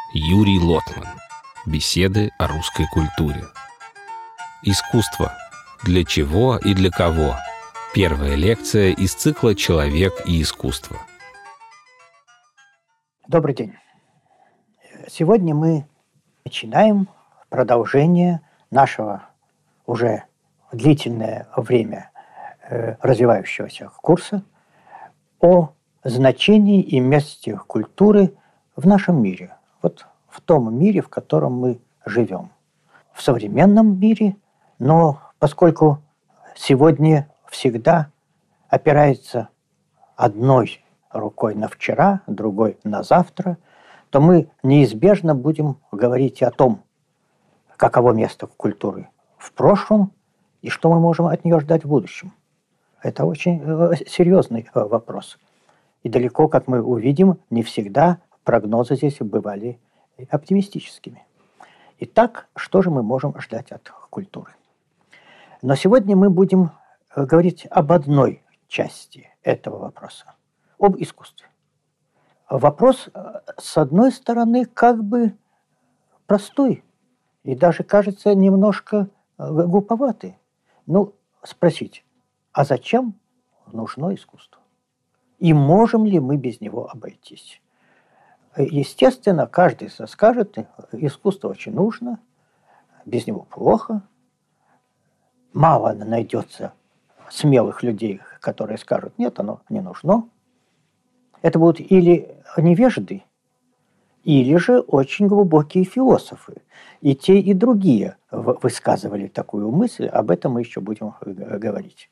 Юрий Лотман. Беседы о русской культуре. Искусство. Для чего и для кого? Первая лекция из цикла «Человек и искусство». Добрый день. Сегодня мы начинаем продолжение нашего уже длительное время развивающегося курса о значении и месте культуры в нашем мире. Вот в том мире, в котором мы живем. В современном мире, но поскольку сегодня всегда опирается одной рукой на вчера, другой на завтра, то мы неизбежно будем говорить о том, каково место культуры в прошлом и что мы можем от нее ждать в будущем. Это очень серьезный вопрос. И далеко, как мы увидим, не всегда прогнозы здесь бывали оптимистическими. Итак, что же мы можем ждать от культуры? Но сегодня мы будем говорить об одной части этого вопроса, об искусстве. Вопрос, с одной стороны, как бы простой и даже, кажется, немножко глуповатый. Спросить, а зачем нужно искусство? И можем ли мы без него обойтись? Естественно, каждый скажет, искусство очень нужно, без него плохо. Мало найдется смелых людей, которые скажут, нет, оно не нужно. Это будут или невежды, или же очень глубокие философы. И те, и другие высказывали такую мысль, об этом мы еще будем говорить.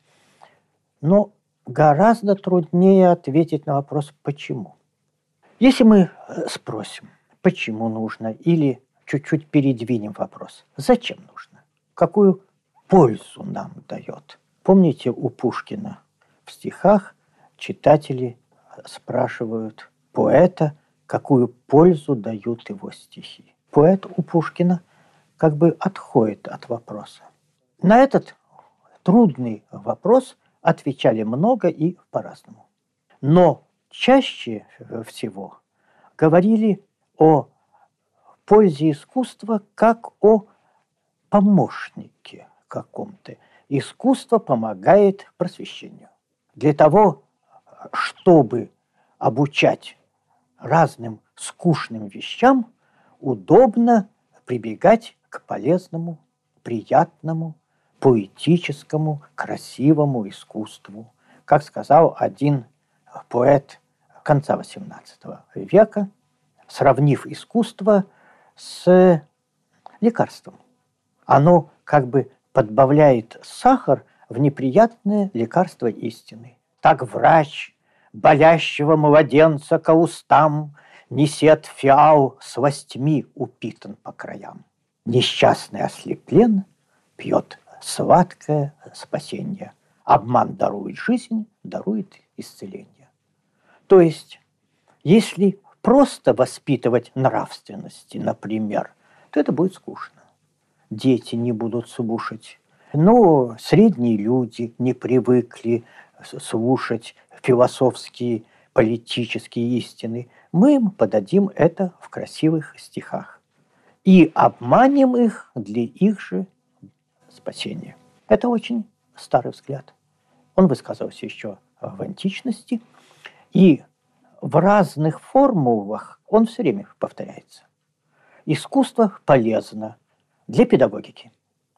Но гораздо труднее ответить на вопрос «почему?». Если мы спросим, почему нужно, или чуть-чуть передвинем вопрос, зачем нужно, какую пользу нам дает. Помните, у Пушкина в стихах читатели спрашивают поэта, какую пользу дают его стихи. Поэт у Пушкина как бы отходит от вопроса. На этот трудный вопрос отвечали много и по-разному. Но чаще всего говорили о пользе искусства как о помощнике каком-то. Искусство помогает просвещению. Для того, чтобы обучать разным скучным вещам, удобно прибегать к полезному, приятному, поэтическому, красивому искусству. Как сказал один поэт конца XVIII века, сравнив искусство с лекарством. Оно как бы подбавляет сахар в неприятное лекарство истины. Так врач болящего младенца ко устам несет фиал сластьми упитан по краям. Несчастный ослеплен, пьет сладкое спасение. Обман дарует жизнь, дарует исцеление. То есть, если просто воспитывать нравственности, например, то это будет скучно. Дети не будут слушать. Но средние люди не привыкли слушать философские, политические истины. Мы им подадим это в красивых стихах. И обманем их для их же спасения. Это очень старый взгляд. Он высказывался еще в античности. И в разных формулах он все время повторяется. Искусство полезно для педагогики.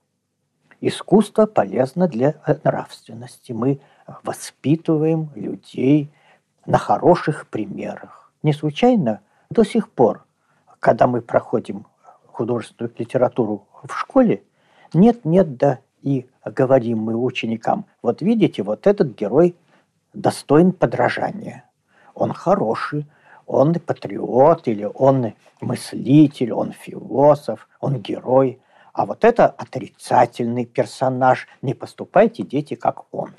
Искусство полезно для нравственности. Мы воспитываем людей на хороших примерах. Не случайно до сих пор, когда мы проходим художественную литературу в школе, нет-нет, да и говорим мы ученикам, вот видите, вот этот герой достоин подражания. Он хороший, он патриот, или он мыслитель, он философ, он герой. А вот это отрицательный персонаж. Не поступайте, дети, как он.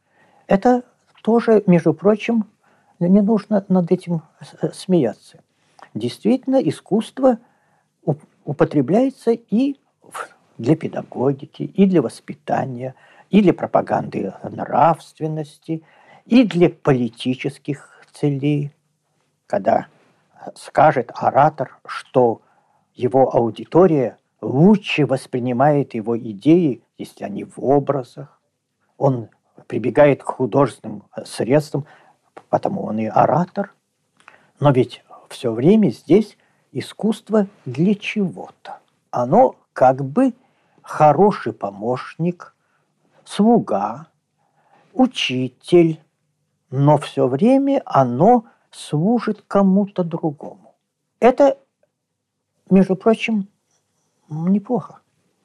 Это тоже, между прочим, не нужно над этим смеяться. Действительно, искусство употребляется и для педагогики, и для воспитания, и для пропаганды нравственности, и для политических целей, когда скажет оратор, что его аудитория лучше воспринимает его идеи, если они в образах. Он прибегает к художественным средствам, потому он и оратор. Но ведь все время здесь искусство для чего-то. Оно как бы хороший помощник, слуга, учитель, но все время оно служит кому-то другому. Это, между прочим, неплохо.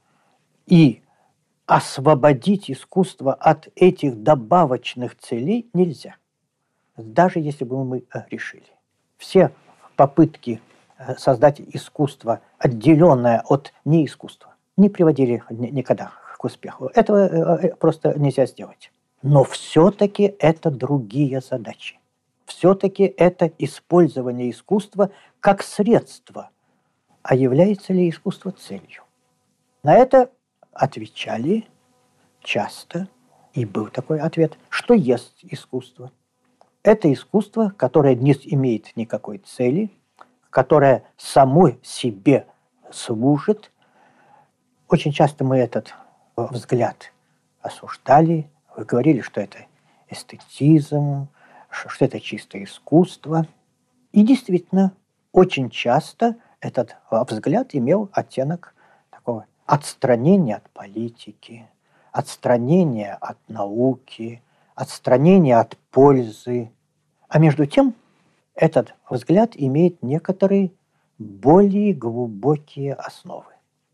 И освободить искусство от этих добавочных целей нельзя, даже если бы мы решили. Все попытки создать искусство, отделенное от неискусства, не приводили никогда к успеху. Этого просто нельзя сделать. Но все-таки это другие задачи. Все-таки это использование искусства как средство. А является ли искусство целью? На это отвечали часто, и был такой ответ, что есть искусство. Это искусство, которое не имеет никакой цели, которое самой себе служит. Очень часто мы этот взгляд осуждали, говорили, что это эстетизм, что это чистое искусство. И действительно, очень часто этот взгляд имел оттенок такого отстранения от политики, отстранения от науки, отстранения от пользы. А между тем, этот взгляд имеет некоторые более глубокие основы.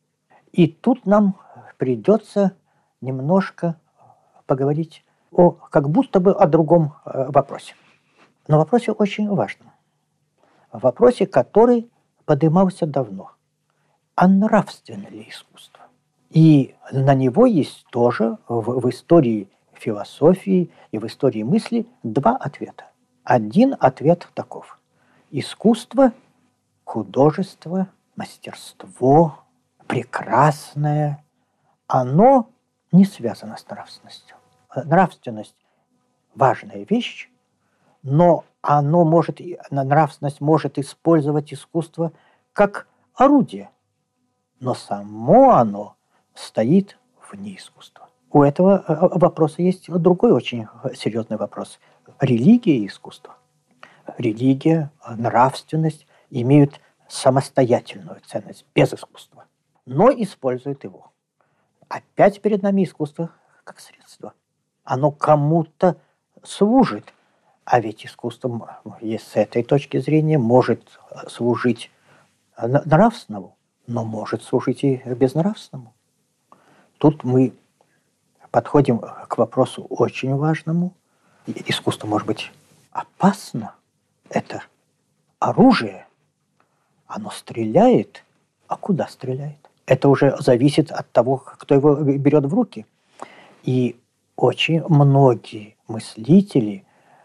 И тут нам придется немножко поговорить как будто бы о другом вопросе. Но вопросе очень важном. Вопросе, который поднимался давно. А нравственно ли искусство? И на него есть тоже в истории философии и в истории мысли два ответа. Один ответ таков. Искусство, художество, мастерство, прекрасное, оно не связано с нравственностью. Нравственность – важная вещь, но нравственность может использовать искусство как орудие, но само оно стоит вне искусства. У этого вопроса есть другой очень серьезный вопрос. Религия и искусство. Религия, нравственность имеют самостоятельную ценность, без искусства, но используют его. Опять перед нами искусство как средство. Оно кому-то служит, а ведь искусство, с этой точки зрения, может служить нравственному, но может служить и безнравственному. Тут мы подходим к вопросу очень важному. Искусство может быть опасно. Это оружие. Оно стреляет. А куда стреляет? Это уже зависит от того, кто его берет в руки. И очень многие мыслители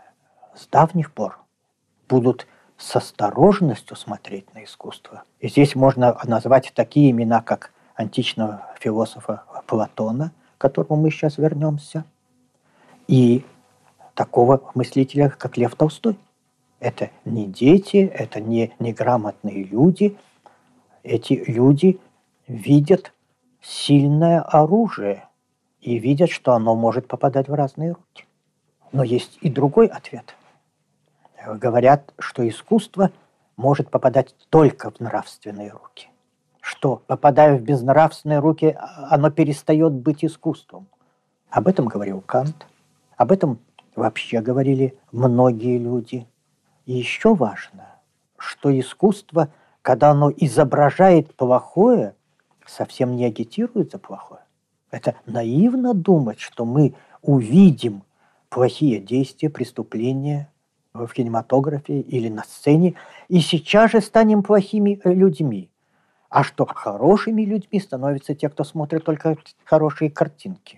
с давних пор будут с осторожностью смотреть на искусство. И здесь можно назвать такие имена, как античного философа Платона, к которому мы сейчас вернемся, и такого мыслителя, как Лев Толстой. Это не дети, это не неграмотные люди. Эти люди видят сильное оружие и видят, что оно может попадать в разные руки. Но есть и другой ответ. Говорят, что искусство может попадать только в нравственные руки. Что, попадая в безнравственные руки, оно перестает быть искусством. Об этом говорил Кант, об этом вообще говорили многие люди. И еще важно, что искусство, когда оно изображает плохое, совсем не агитирует за плохое. Это наивно думать, что мы увидим плохие действия, преступления в кинематографе или на сцене, и сейчас же станем плохими людьми. А что хорошими людьми становятся те, кто смотрит только хорошие картинки.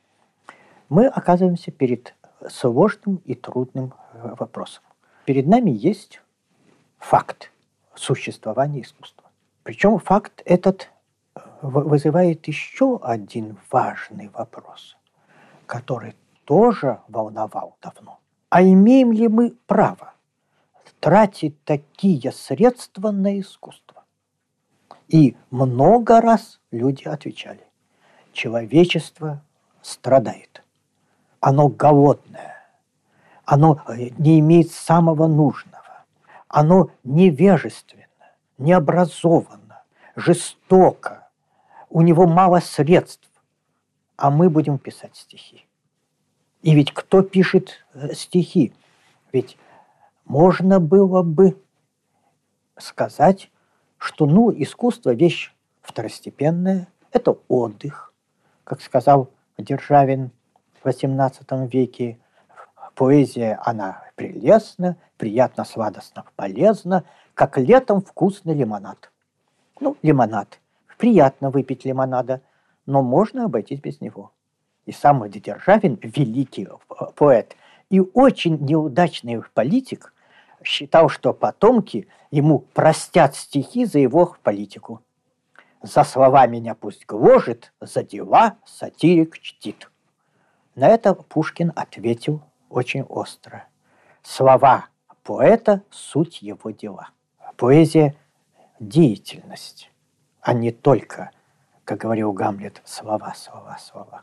Мы оказываемся перед сложным и трудным вопросом. Перед нами есть факт существования искусства. Причем факт этот вызывает еще один важный вопрос, который тоже волновал давно. А имеем ли мы право тратить такие средства на искусство? И много раз люди отвечали: человечество страдает, оно голодное, оно не имеет самого нужного, оно невежественно, необразованно, жестоко, у него мало средств, а мы будем писать стихи. И ведь кто пишет стихи? Ведь можно было бы сказать, что искусство – вещь второстепенная, это отдых. Как сказал Державин в XVIII веке, поэзия, она прелестна, приятно, сладостно, полезна, как летом вкусный лимонад. Лимонад. Приятно выпить лимонада, но можно обойтись без него. И сам Державин, великий поэт и очень неудачный политик, считал, что потомки ему простят стихи за его политику. «За слова меня пусть гложет, за дела сатирик чтит». На это Пушкин ответил очень остро: слова поэта – суть его дела. Поэзия – деятельность, а не только, как говорил Гамлет, слова, слова, слова.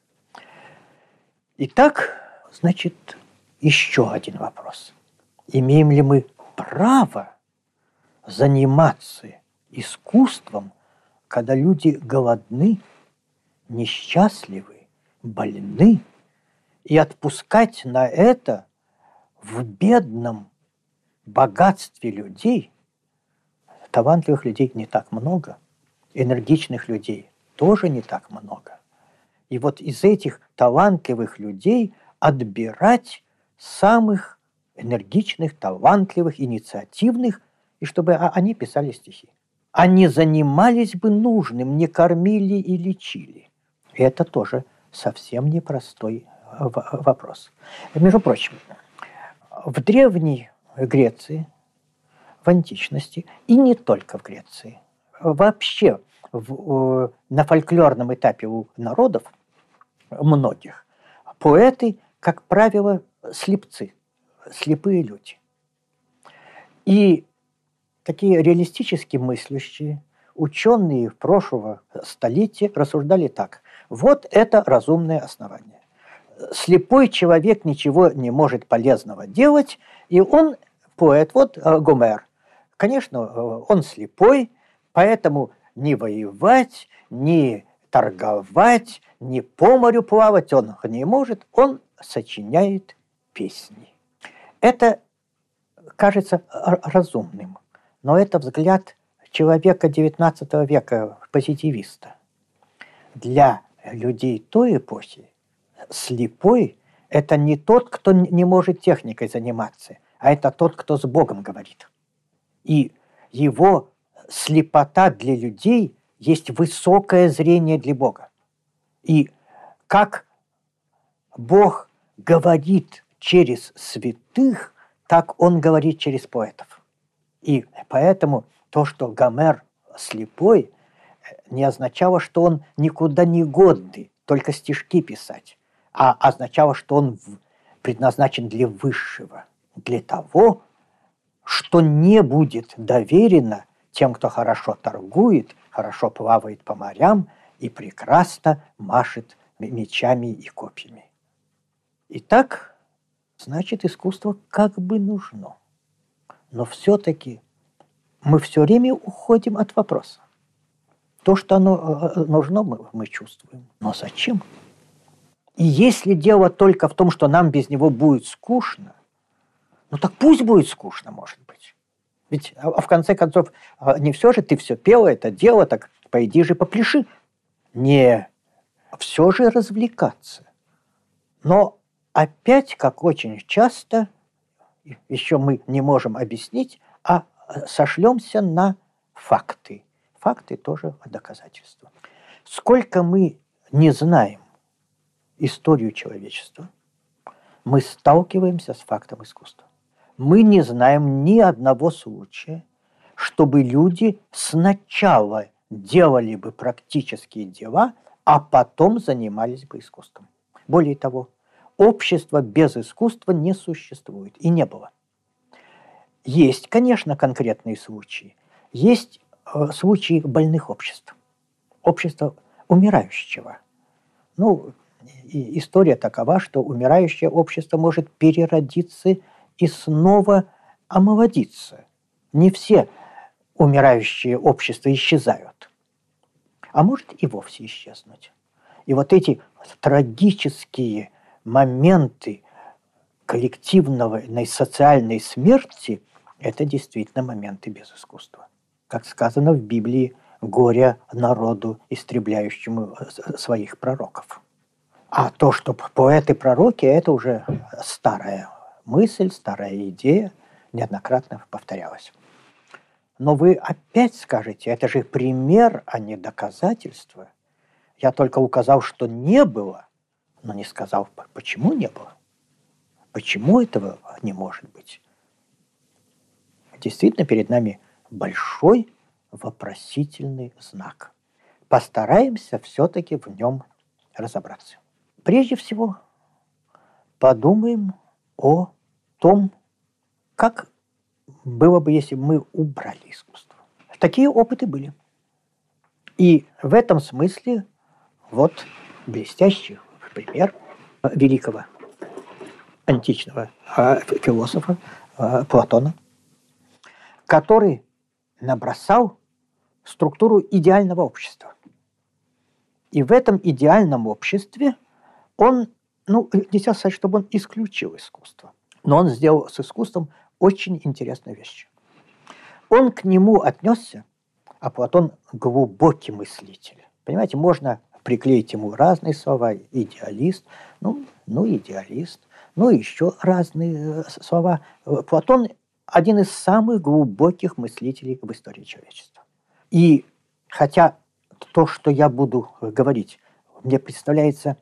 Итак, значит, еще один вопрос. Имеем ли мы право заниматься искусством, когда люди голодны, несчастливы, больны, и отпускать на это в бедном богатстве людей? Талантливых людей не так много, энергичных людей тоже не так много. И вот из этих талантливых людей отбирать самых энергичных, талантливых, инициативных, и чтобы они писали стихи. Они занимались бы нужным, не кормили и лечили. И это тоже совсем непростой вопрос. Между прочим, в Древней Греции, в античности, и не только в Греции, вообще на фольклорном этапе у народов многих поэты, как правило, слепцы, слепые люди. И такие реалистически мыслящие ученые прошлого столетия рассуждали так: вот это разумное основание. Слепой человек ничего не может полезного делать, и он поэт. Вот Гомер. Конечно, он слепой, поэтому ни воевать, ни торговать, ни по морю плавать он не может, он сочиняет песни. Это кажется разумным, но это взгляд человека XIX века, позитивиста. Для людей той эпохи слепой – это не тот, кто не может техникой заниматься, а это тот, кто с Богом говорит. И его слепота для людей есть высокое зрение для Бога. И как Бог говорит через святых, так Он говорит через поэтов. И поэтому то, что Гомер слепой, не означало, что он никуда не годный, только стишки писать, а означало, что он предназначен для высшего, для того, что не будет доверено тем, кто хорошо торгует, хорошо плавает по морям и прекрасно машет мечами и копьями. Итак, значит, искусство как бы нужно. Но все-таки мы все время уходим от вопроса. То, что оно нужно, мы чувствуем. Но зачем? И если дело только в том, что нам без него будет скучно, так пусть будет скучно, может быть. Ведь в конце концов, не все же ты все пела, это дело, так пойди же попляши. Не, все же развлекаться. Но опять, как очень часто, еще мы не можем объяснить, а сошлемся на факты. Факты тоже доказательства. Сколько мы не знаем историю человечества, мы сталкиваемся с фактом искусства. Мы не знаем ни одного случая, чтобы люди сначала делали бы практические дела, а потом занимались бы искусством. Более того, общество без искусства не существует и не было. Есть, конечно, конкретные случаи. Есть случаи больных обществ, общества умирающего. Ну, история такова, что умирающее общество может переродиться и снова омолодиться. Не все умирающие общества исчезают, а может и вовсе исчезнуть. И вот эти трагические моменты коллективной социальной смерти – это действительно моменты без искусства. Как сказано в Библии, горе народу, истребляющему своих пророков. А то, что поэты-пророки – это уже старая мысль, старая идея, неоднократно повторялась. Но вы опять скажете, это же пример, а не доказательство. Я только указал, что не было, но не сказал, почему не было. Почему этого не может быть? Действительно, перед нами большой вопросительный знак. Постараемся все-таки в нем разобраться. Прежде всего, подумаем о том, как было бы, если бы мы убрали искусство. Такие опыты были. И в этом смысле вот блестящий пример великого античного философа Платона, который набросал структуру идеального общества. И в этом идеальном обществе он, нельзя сказать, чтобы он исключил искусство, но он сделал с искусством очень интересную вещь. Он к нему отнесся, а Платон глубокий мыслитель. Понимаете, можно приклеить ему разные слова, идеалист, идеалист, еще разные слова. Платон один из самых глубоких мыслителей в истории человечества. И хотя то, что я буду говорить, мне представляется,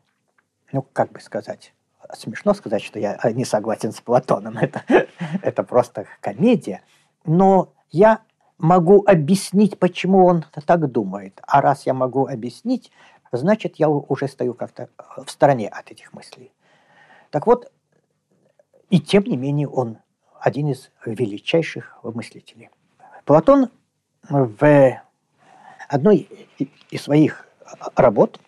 смешно сказать, что я не согласен с Платоном, это просто комедия, но я могу объяснить, почему он так думает. А раз я могу объяснить, значит, я уже стою как-то в стороне от этих мыслей. Так вот, и тем не менее он один из величайших мыслителей. Платон в одной из своих работ,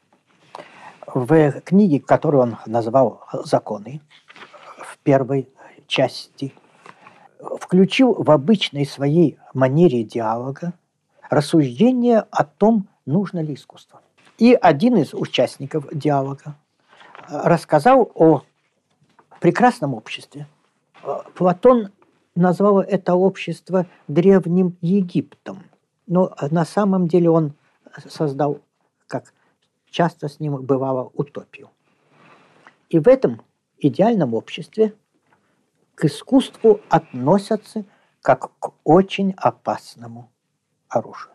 в книге, которую он назвал «Законы», в первой части, включил в обычной своей манере диалога рассуждение о том, нужно ли искусство. И один из участников диалога рассказал о прекрасном обществе. Платон назвал это общество Древним Египтом, но на самом деле он создал, как часто с ним бывало, утопию. И в этом идеальном обществе к искусству относятся как к очень опасному оружию.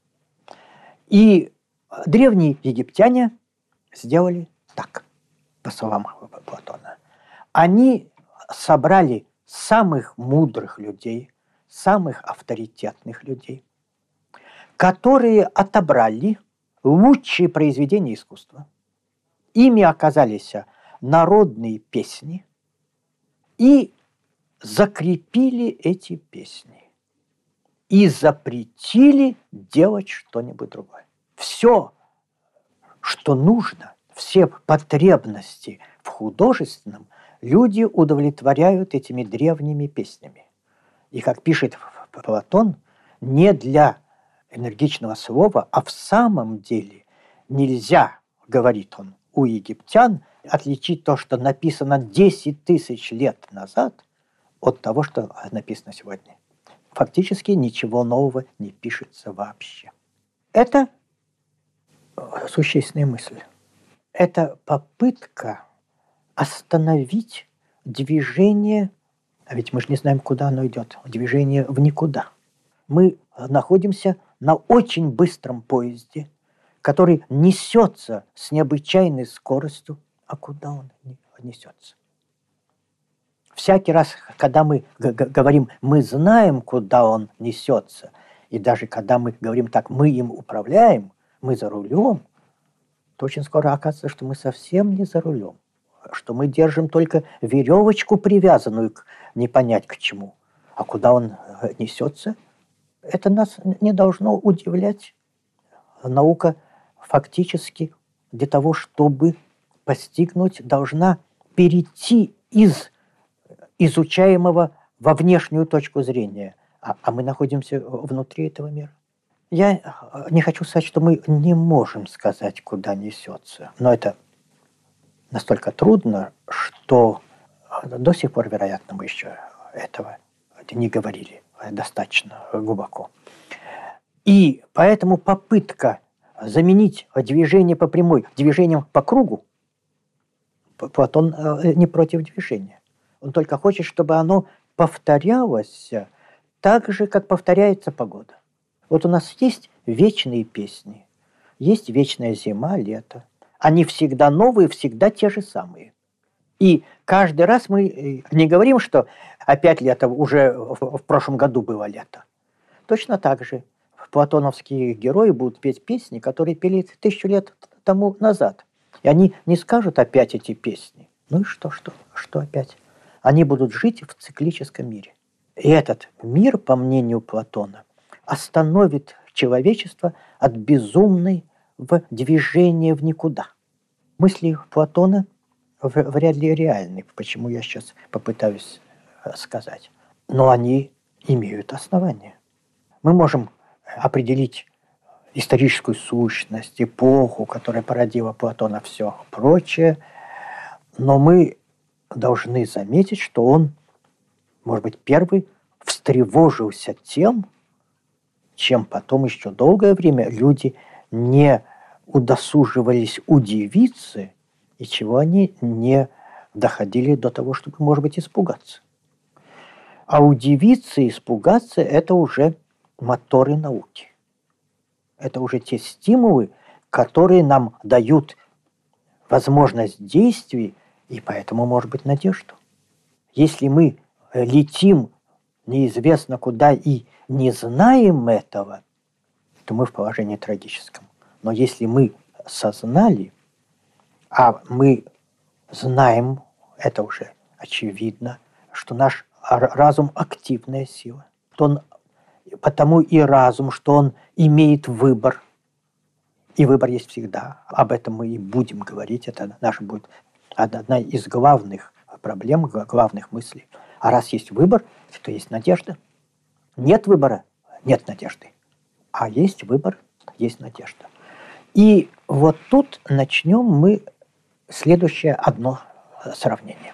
И древние египтяне сделали так, по словам Платона. Они собрали самых мудрых людей, самых авторитетных людей, которые отобрали лучшие произведения искусства. Ими оказались народные песни и закрепили эти песни и запретили делать что-нибудь другое. Все, что нужно, все потребности в художественном люди удовлетворяют этими древними песнями. И, как пишет Платон, не для энергичного слова, а в самом деле нельзя, говорит он, у египтян отличить то, что написано 10 тысяч лет назад, от того, что написано сегодня. Фактически ничего нового не пишется вообще. Это существенная мысль. Это попытка остановить движение, а ведь мы же не знаем, куда оно идет, движение в никуда. Мы находимся на очень быстром поезде, который несется с необычайной скоростью, а куда он несется? Всякий раз, когда мы говорим, мы знаем, куда он несется, и даже когда мы говорим так, мы им управляем, мы за рулем, то очень скоро оказывается, что мы совсем не за рулем, что мы держим только веревочку, привязанную не понять к чему. А куда он несется, это нас не должно удивлять. Наука фактически для того, чтобы постигнуть, должна перейти из изучаемого во внешнюю точку зрения. А мы находимся внутри этого мира. Я не хочу сказать, что мы не можем сказать, куда несется. Но это настолько трудно, что до сих пор, вероятно, мы еще этого не говорили достаточно глубоко. И поэтому попытка заменить движение по прямой движением по кругу, Платон не против движения. Он только хочет, чтобы оно повторялось так же, как повторяется погода. Вот у нас есть вечные песни, есть вечная зима, лето. Они всегда новые, всегда те же самые. И каждый раз мы не говорим, что опять лето, уже в прошлом году было лето. Точно так же платоновские герои будут петь песни, которые пели 1000 лет тому назад. И они не скажут опять эти песни. Ну и что опять? Они будут жить в циклическом мире. И этот мир, по мнению Платона, остановит человечество от безумной движения в никуда. Мысли Платона вряд ли реальны, почему я сейчас попытаюсь сказать. Но они имеют основания. Мы можем определить историческую сущность, эпоху, которая породила Платона, все прочее, но мы должны заметить, что он, может быть, первый встревожился тем, чем потом еще долгое время люди не удосуживались удивиться, и чего они не доходили до того, чтобы, может быть, испугаться. А удивиться и испугаться – это уже моторы науки. Это уже те стимулы, которые нам дают возможность действий и поэтому, может быть, надежду. Если мы летим неизвестно куда и не знаем этого, то мы в положении трагическом. Но если мы сознали, а мы знаем, это уже очевидно, что наш разум – активная сила, то он, потому и разум, что он имеет выбор. И выбор есть всегда. Об этом мы и будем говорить. Это наша будет одна из главных проблем, главных мыслей. А раз есть выбор, то есть надежда. Нет выбора – нет надежды. А есть выбор – есть надежда. И вот тут начнем мы следующее одно сравнение.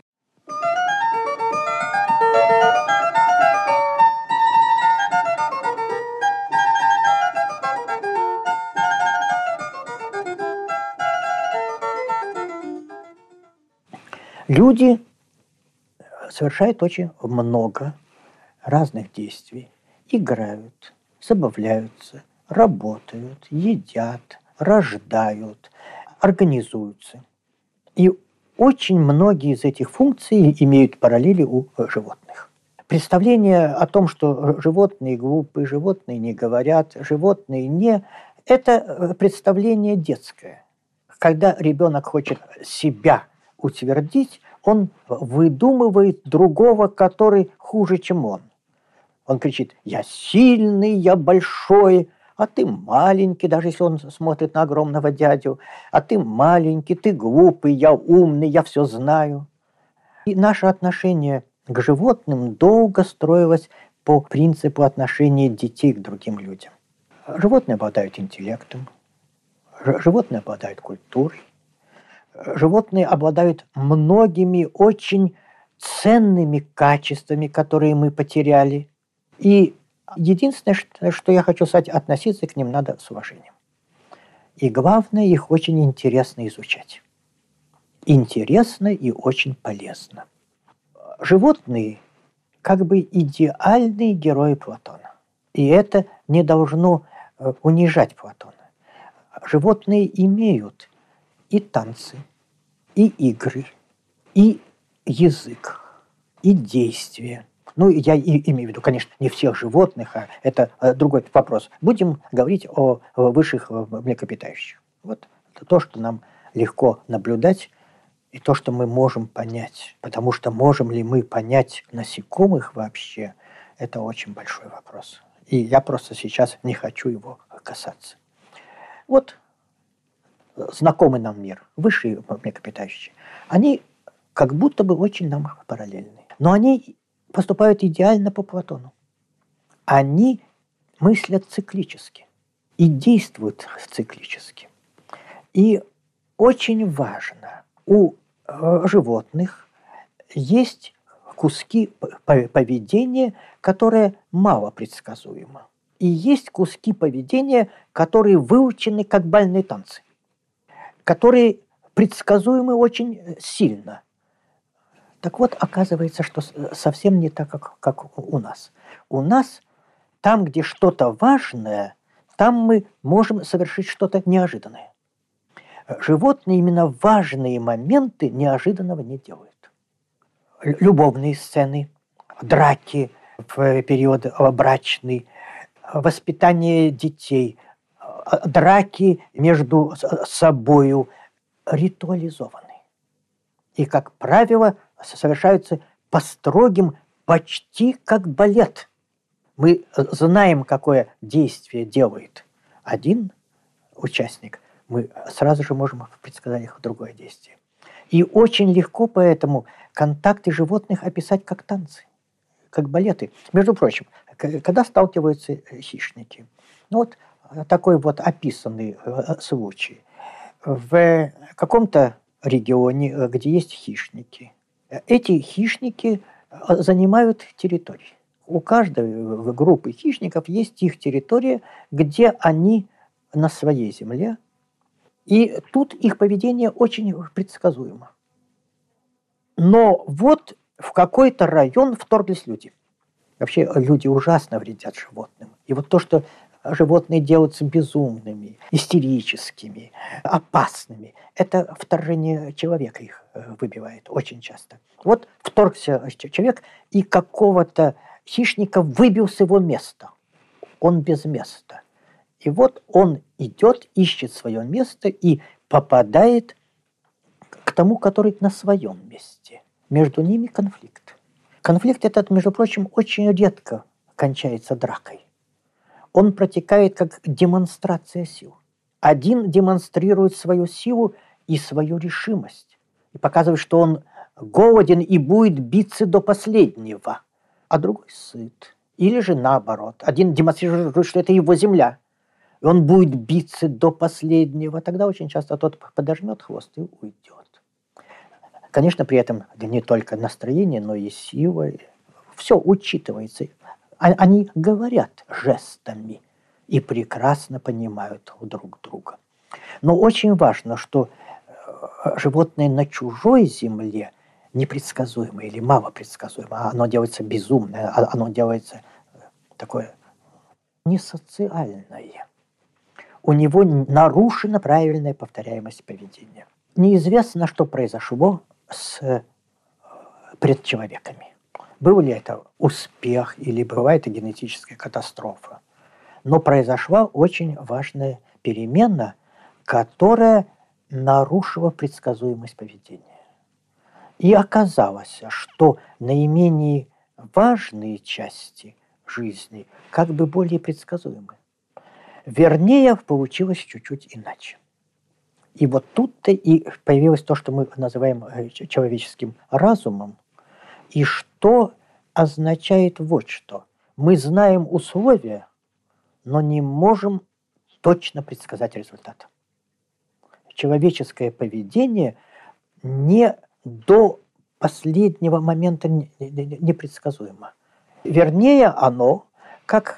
Люди совершают очень много разных действий. Играют, забавляются, работают, едят, рождают, организуются. И очень многие из этих функций имеют параллели у животных. Представление о том, что животные глупые, животные не говорят, животные не... Это представление детское. Когда ребенок хочет себя утвердить, он выдумывает другого, который хуже, чем он. Он кричит: «Я сильный, я большой, а ты маленький», даже если он смотрит на огромного дядю. «А ты маленький, ты глупый, я умный, я все знаю». И наше отношение к животным долго строилось по принципу отношения детей к другим людям. Животные обладают интеллектом, животные обладают культурой, животные обладают многими очень ценными качествами, которые мы потеряли. И единственное, что я хочу сказать, относиться к ним надо с уважением. И главное, их очень интересно изучать. Интересно и очень полезно. Животные как бы идеальные герои Платона. И это не должно унижать Платона. Животные имеют и танцы, и игры, и язык, и действия. Ну, я имею в виду, конечно, не всех животных, а это другой вопрос. Будем говорить о высших млекопитающих. Вот это то, что нам легко наблюдать и то, что мы можем понять. Потому что можем ли мы понять насекомых вообще, это очень большой вопрос. И я просто сейчас не хочу его касаться. Вот знакомый нам мир, высшие млекопитающие, они как будто бы очень нам параллельны. Но они поступают идеально по Платону. Они мыслят циклически и действуют циклически. И очень важно, у животных есть куски поведения, которые мало предсказуемы. И есть куски поведения, которые выучены как бальные танцы, которые предсказуемы очень сильно. Так вот, оказывается, что совсем не так, как у нас. У нас, там, где что-то важное, там мы можем совершить что-то неожиданное. Животные именно важные моменты неожиданного не делают. Любовные сцены, драки в период брачный, воспитание детей, драки между собою ритуализованы. И, как правило, совершаются по строгим, почти как балет. Мы знаем, какое действие делает один участник, мы сразу же можем предсказать их другое действие. И очень легко поэтому контакты животных описать как танцы, как балеты. Между прочим, когда сталкиваются хищники, ну вот такой вот описанный случай. В каком-то регионе, где есть хищники, эти хищники занимают территории. У каждой группы хищников есть их территория, где они на своей земле, и тут их поведение очень предсказуемо. Но вот в какой-то район вторглись люди. Вообще люди ужасно вредят животным. И вот то, что животные делаются безумными, истерическими, опасными, это вторжение человека их выбивает очень часто. Вот вторгся человек, и какого-то хищника выбил с его места. Он без места. И вот он идет, ищет свое место и попадает к тому, который на своем месте. Между ними конфликт. Конфликт этот, между прочим, очень редко кончается дракой. Он протекает как демонстрация сил. Один демонстрирует свою силу и свою решимость. И показывает, что он голоден и будет биться до последнего. А другой сыт. Или же наоборот. Один демонстрирует, что это его земля. И он будет биться до последнего. Тогда очень часто тот подожмет хвост и уйдет. Конечно, при этом не только настроение, но и сила. Все учитывается. Они говорят жестами и прекрасно понимают друг друга. Но очень важно, что животное на чужой земле непредсказуемо или малопредсказуемо. Оно делается безумное, оно делается такое несоциальное. У него нарушена правильная повторяемость поведения. Неизвестно, что произошло с предчеловеками. Был ли это успех или была это генетическая катастрофа. Но произошла очень важная перемена, которая нарушила предсказуемость поведения. И оказалось, что наименее важные части жизни как бы более предсказуемы. Вернее, получилось чуть-чуть иначе. И вот тут-то и появилось то, что мы называем человеческим разумом, и что означает вот что. Мы знаем условия, но не можем точно предсказать результат. Человеческое поведение не до последнего момента непредсказуемо. Вернее, оно, как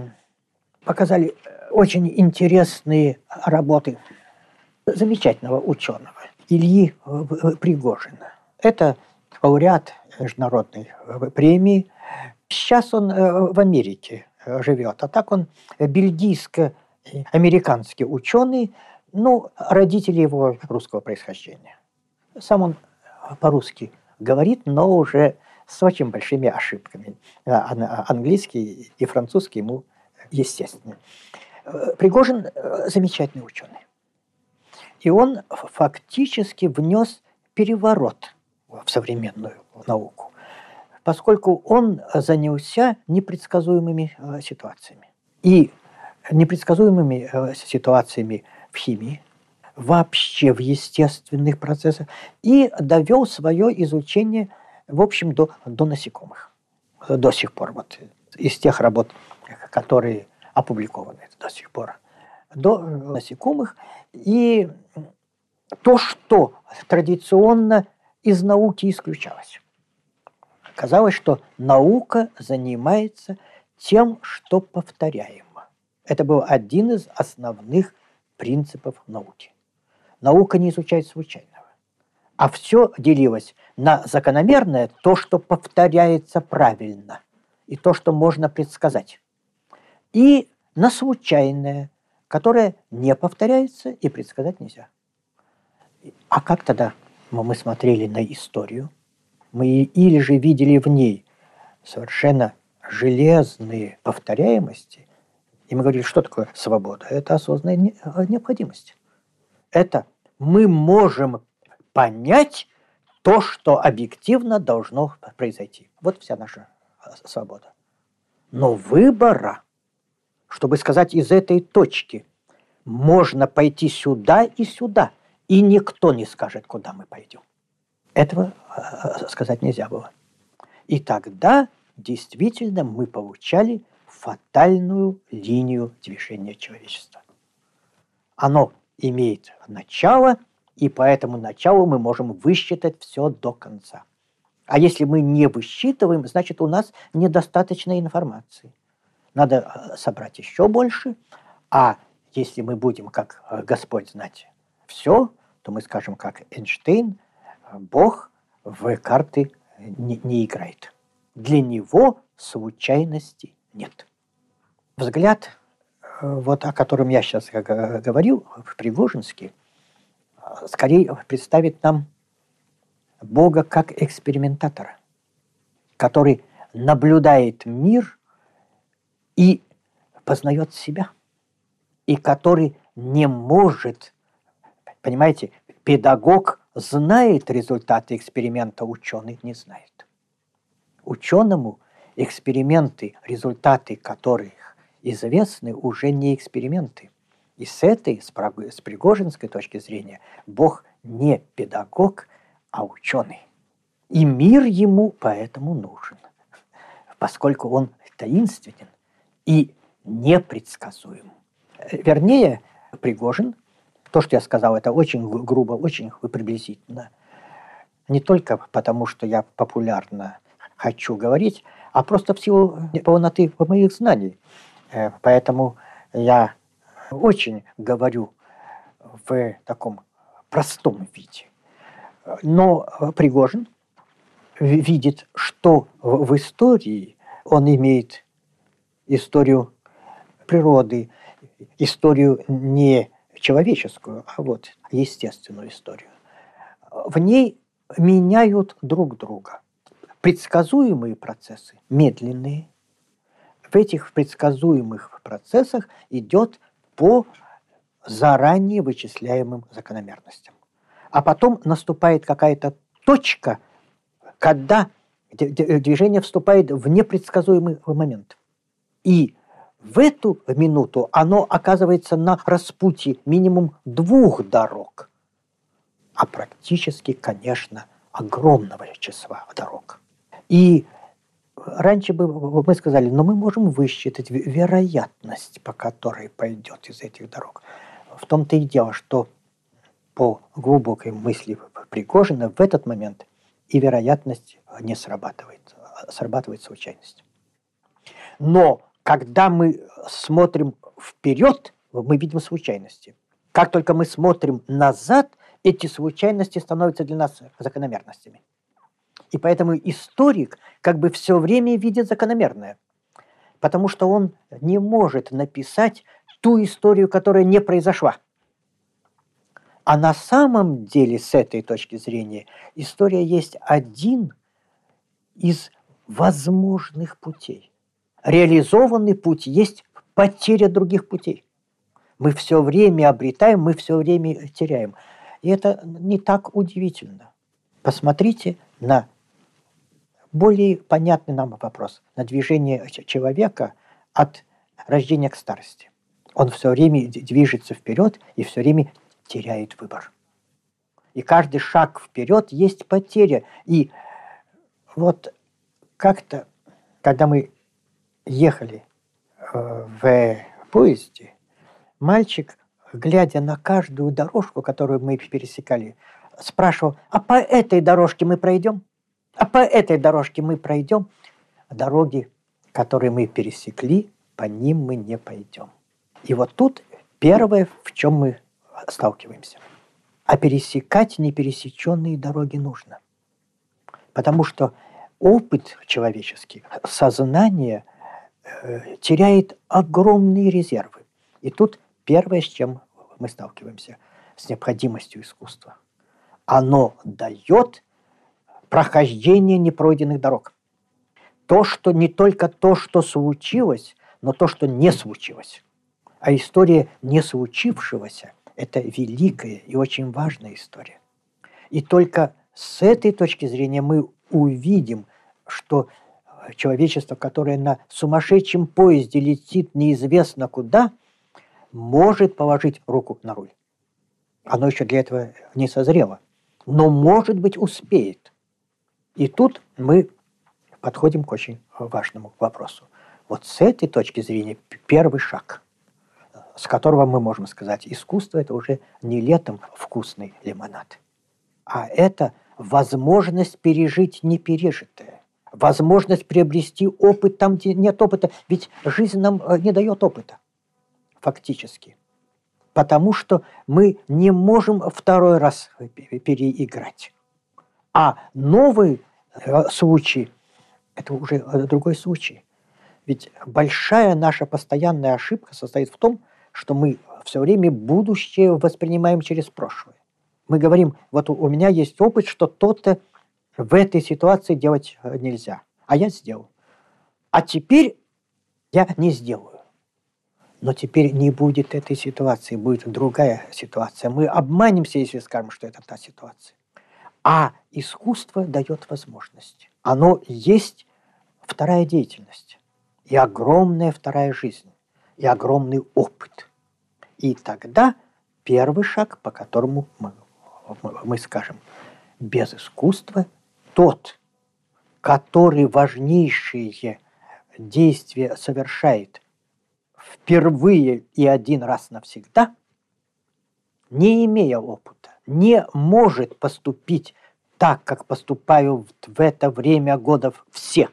показали очень интересные работы замечательного ученого Ильи Пригожина. Это лауреат международной премии. Сейчас он в Америке живет, а так он бельгийско-американский ученый, ну, родители его русского происхождения. Сам он по-русски говорит, но уже с очень большими ошибками. Английский и французский ему естественно. Пригожин замечательный ученый. И он фактически внес переворот в современную науку, поскольку он занялся непредсказуемыми ситуациями. И непредсказуемыми ситуациями в химии, вообще в естественных процессах, и довел свое изучение, в общем, до насекомых. До сих пор, вот из тех работ, которые опубликованы до сих пор, до насекомых. И то, что традиционно из науки исключалось. Казалось, что наука занимается тем, что повторяемо. Это был один из основных принципов науки. Наука не изучает случайного, а все делилось на закономерное, то, что повторяется правильно, и то, что можно предсказать, и на случайное, которое не повторяется и предсказать нельзя. А как тогда мы смотрели на историю? Мы или же видели в ней совершенно железные повторяемости, и мы говорили, что такое свобода? Это осознанная необходимость. Это мы можем понять то, что объективно должно произойти. Вот вся наша свобода. Но выбора, чтобы сказать, из этой точки можно пойти сюда и сюда, и никто не скажет, куда мы пойдем. Этого сказать нельзя было. И тогда действительно мы получали фатальную линию движения человечества. Оно имеет начало, и по этому началу мы можем высчитать все до конца. А если мы не высчитываем, значит, у нас недостаточно информации. Надо собрать еще больше, а если мы будем, как Господь, знать все, то мы скажем, как Эйнштейн, Бог в карты не играет. Для него случайности нет. Взгляд, вот о котором я сейчас говорил, Пригожинский, скорее представит нам Бога как экспериментатора, который наблюдает мир и познает себя, и который не может, понимаете, педагог знает результаты эксперимента, ученый не знает. Ученому эксперименты, результаты которых известны, уже не эксперименты. И с пригожинской точки зрения, Бог не педагог, а ученый. И мир ему поэтому нужен, поскольку он таинственен и непредсказуем. Вернее, Пригожин, то, что я сказал, это очень грубо, очень приблизительно. Не только потому, что я популярно хочу говорить, а просто в силу полноты моих знаний. Поэтому я очень говорю в таком простом виде. Но Пригожин видит, что в истории он имеет историю природы, историю не человеческую, а вот естественную историю. В ней меняют друг друга. Предсказуемые процессы медленные. В этих предсказуемых процессах идет по заранее вычисляемым закономерностям. А потом наступает какая-то точка, когда движение вступает в непредсказуемый момент. И в эту минуту оно оказывается на распутье минимум 2 дорог, а практически, конечно, огромного числа дорог. И раньше бы мы сказали, но мы можем высчитать вероятность, по которой пойдет из этих дорог. В том-то и дело, что по глубокой мысли Пригожина в этот момент и вероятность не срабатывает, срабатывает случайность. Но когда мы смотрим вперед, мы видим случайности. Как только мы смотрим назад, эти случайности становятся для нас закономерностями. И поэтому историк как бы все время видит закономерное, потому что он не может написать ту историю, которая не произошла. А на самом деле, с этой точки зрения, история есть один из возможных путей. Реализованный путь есть потеря других путей. Мы все время обретаем, мы все время теряем. И это не так удивительно. Посмотрите на более понятный нам вопрос, на движение человека от рождения к старости. Он все время движется вперед и все время теряет выбор. И каждый шаг вперед есть потеря. И вот как-то, когда мы ехали в поезде, мальчик, глядя на каждую дорожку, которую мы пересекали, спрашивал: а по этой дорожке мы пройдем? А по этой дорожке мы пройдем? Дороги, которые мы пересекли, по ним мы не пойдем. И вот тут первое, в чем мы сталкиваемся. А пересекать непересеченные дороги нужно. Потому что опыт человеческий, сознание теряет огромные резервы. И тут первое, с чем мы сталкиваемся, с необходимостью искусства. Оно дает прохождение непройденных дорог. То, что не только то, что случилось, но то, что не случилось. А история не случившегося – это великая и очень важная история. И только с этой точки зрения мы увидим, что человечество, которое на сумасшедшем поезде летит неизвестно куда, может положить руку на руль. Оно еще для этого не созрело, но, может быть, успеет. И тут мы подходим к очень важному вопросу. Вот с этой точки зрения первый шаг, с которого мы можем сказать, искусство – это уже не летом вкусный лимонад, а это возможность пережить непережитое, возможность приобрести опыт там, где нет опыта. Ведь жизнь нам не дает опыта, фактически. Потому что мы не можем второй раз переиграть. А новый случай – это уже другой случай. Ведь большая наша постоянная ошибка состоит в том, что мы все время будущее воспринимаем через прошлое. Мы говорим: вот у меня есть опыт, что то-то в этой ситуации делать нельзя, а я сделал. А теперь я не сделаю. Но теперь не будет этой ситуации, будет другая ситуация. Мы обманемся, если скажем, что это та ситуация. А искусство дает возможность. Оно есть вторая деятельность, и огромная вторая жизнь, и огромный опыт. И тогда первый шаг, по которому мы скажем: без искусства тот, который важнейшие действия совершает впервые и один раз навсегда, не имея опыта, не может поступить так, как поступают в это время годов все.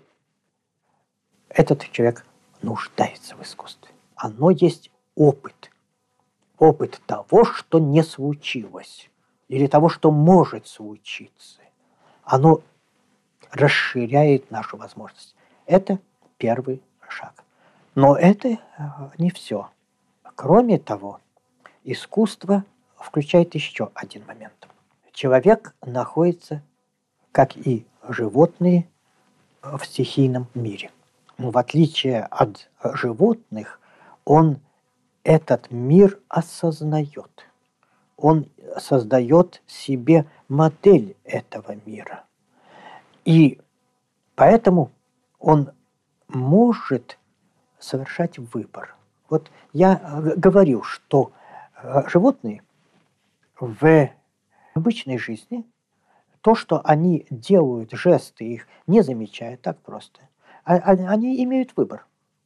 Этот человек нуждается в искусстве. Оно есть опыт. Опыт того, что не случилось, или того, что может случиться. Оно расширяет нашу возможность. Это первый шаг. Но это не все. Кроме того, искусство включает еще один момент. Человек находится, как и животные, в стихийном мире. Но в отличие от животных, он этот мир осознает. Он создает себе модель этого мира. И поэтому он может совершать выбор. Вот я говорил, что животные в обычной жизни, то, что они делают, жесты их не замечая так просто, они имеют выбор.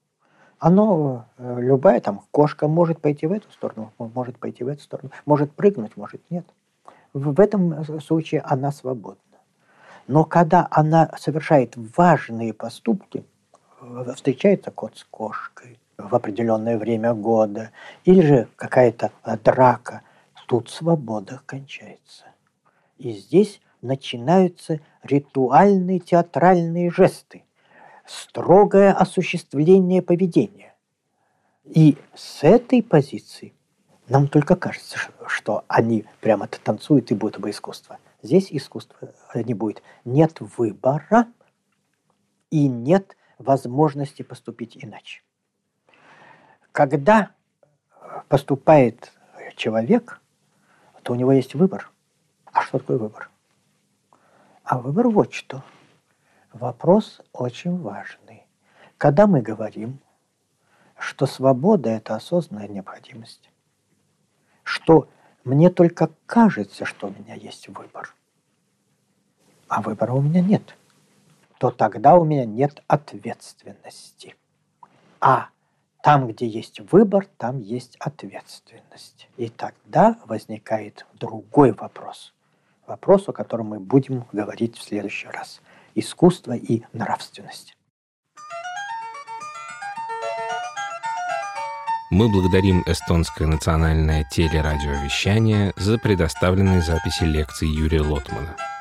Любая там кошка может пойти в эту сторону, может пойти в эту сторону, может прыгнуть, может нет. В этом случае она свободна. Но когда она совершает важные поступки, встречается кот с кошкой в определенное время года, или же какая-то драка, тут свобода кончается. И здесь начинаются ритуальные театральные жесты, строгое осуществление поведения. И с этой позиции нам только кажется, что они прямо танцуют и будто бы искусство. Здесь искусства не будет. Нет выбора и нет возможности поступить иначе. Когда поступает человек, то у него есть выбор. А что такое выбор? А выбор вот что. Вопрос очень важный. Когда мы говорим, что свобода – это осознанная необходимость, что мне только кажется, что у меня есть выбор, а выбора у меня нет, то тогда у меня нет ответственности. А там, где есть выбор, там есть ответственность. И тогда возникает другой вопрос. Вопрос, о котором мы будем говорить в следующий раз. Искусство и нравственность. Мы благодарим Эстонское национальное телерадиовещание за предоставленные записи лекций Юрия Лотмана.